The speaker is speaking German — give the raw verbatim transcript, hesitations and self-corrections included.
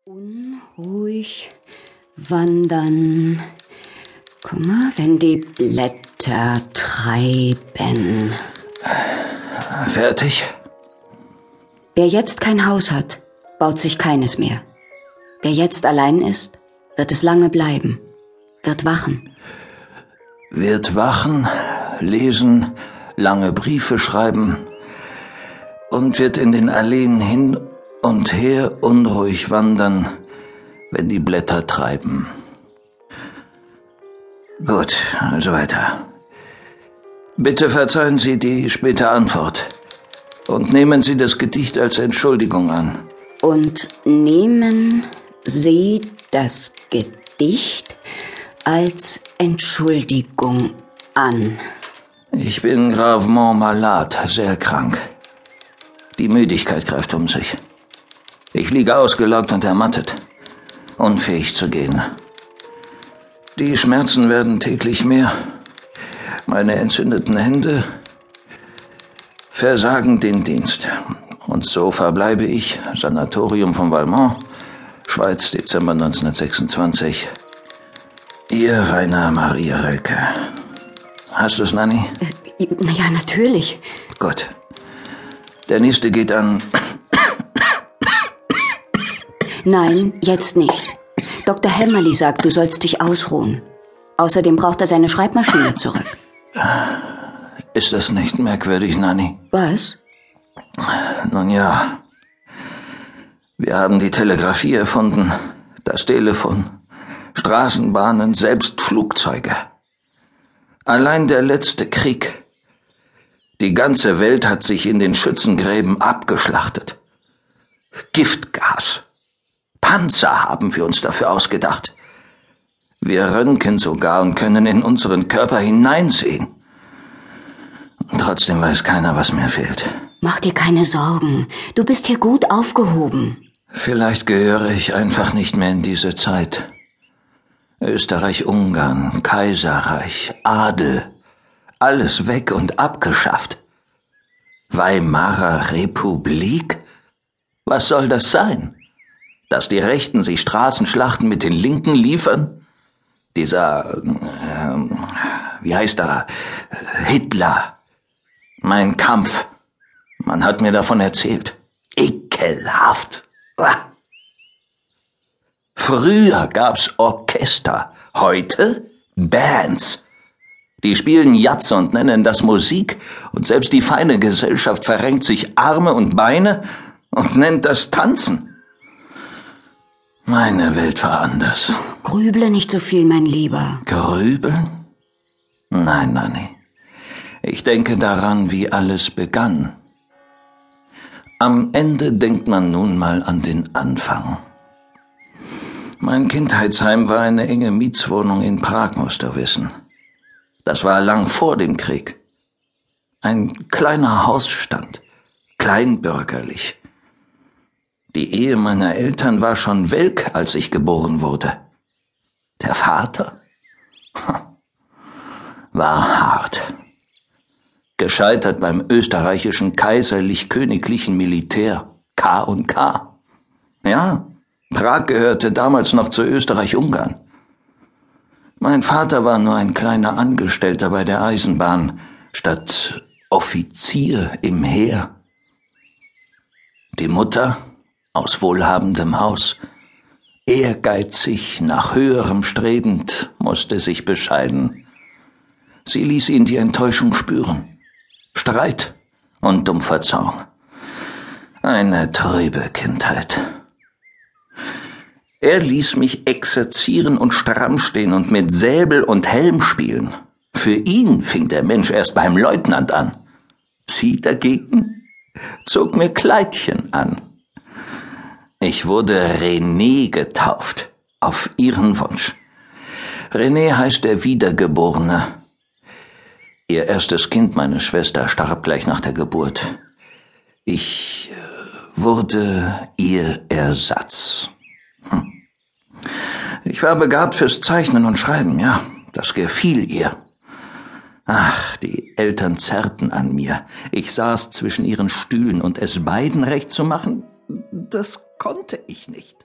Unruhig wandern, Komma, wenn die Blätter treiben. Fertig? Wer jetzt kein Haus hat, baut sich keines mehr. Wer jetzt allein ist, wird es lange bleiben, wird wachen. Wird wachen, lesen, lange Briefe schreiben und wird in den Alleen hin und her unruhig wandern, wenn die Blätter treiben. Gut, also weiter. Bitte verzeihen Sie die späte Antwort und nehmen Sie das Gedicht als Entschuldigung an. Und nehmen Sie das Gedicht als Entschuldigung an. Ich bin gravement malade, sehr krank. Die Müdigkeit greift um sich. Ich liege ausgelaugt und ermattet, unfähig zu gehen. Die Schmerzen werden täglich mehr. Meine entzündeten Hände versagen den Dienst. Und so verbleibe ich, Sanatorium von Valmont, Schweiz, Dezember neunzehnhundertsechsundzwanzig. Ihr Rainer Maria Rilke. Hast du's, Nanni? Äh, na ja, natürlich. Gut. Der nächste geht an... Nein, jetzt nicht. Doktor Hämmerli sagt, du sollst dich ausruhen. Außerdem braucht er seine Schreibmaschine zurück. Ist das nicht merkwürdig, Nanni? Was? Nun ja, wir haben die Telegrafie erfunden, das Telefon, Straßenbahnen, selbst Flugzeuge. Allein der letzte Krieg. Die ganze Welt hat sich in den Schützengräben abgeschlachtet. Giftgas. Panzer haben wir uns dafür ausgedacht. Wir röntgen sogar und können in unseren Körper hineinsehen. Und trotzdem weiß keiner, was mir fehlt. Mach dir keine Sorgen. Du bist hier gut aufgehoben. Vielleicht gehöre ich einfach nicht mehr in diese Zeit. Österreich-Ungarn, Kaiserreich, Adel, alles weg und abgeschafft. Weimarer Republik? Was soll das sein? Dass die Rechten sich Straßenschlachten mit den Linken liefern? Dieser, äh, wie heißt er, Hitler. Mein Kampf. Man hat mir davon erzählt. Ekelhaft. Früher gab's Orchester, heute Bands. Die spielen Jazz und nennen das Musik, und selbst die feine Gesellschaft verrenkt sich Arme und Beine und nennt das Tanzen. Meine Welt war anders. Grüble nicht so viel, mein Lieber. Grübeln? Nein, Nanni. Ich denke daran, wie alles begann. Am Ende denkt man nun mal an den Anfang. Mein Kindheitsheim war eine enge Mietswohnung in Prag, musst du wissen. Das war lang vor dem Krieg. Ein kleiner Hausstand, kleinbürgerlich. Die Ehe meiner Eltern war schon welk, als ich geboren wurde. Der Vater war hart. Gescheitert beim österreichischen kaiserlich-königlichen Militär, K und K. Ja, Prag gehörte damals noch zu Österreich-Ungarn. Mein Vater war nur ein kleiner Angestellter bei der Eisenbahn, statt Offizier im Heer. Die Mutter, aus wohlhabendem Haus, ehrgeizig, nach höherem strebend, musste sich bescheiden. Sie ließ ihn die Enttäuschung spüren. Streit und dumpfer Zorn. Eine trübe Kindheit. Er ließ mich exerzieren und stramm stehen und mit Säbel und Helm spielen. Für ihn fing der Mensch erst beim Leutnant an. Sie dagegen zog mir Kleidchen an. Ich wurde René getauft, auf ihren Wunsch. René heißt der Wiedergeborene. Ihr erstes Kind, meine Schwester, starb gleich nach der Geburt. Ich wurde ihr Ersatz. Hm. Ich war begabt fürs Zeichnen und Schreiben, ja, das gefiel ihr. Ach, die Eltern zerrten an mir. Ich saß zwischen ihren Stühlen, und es beiden recht zu machen, das konnte ich nicht.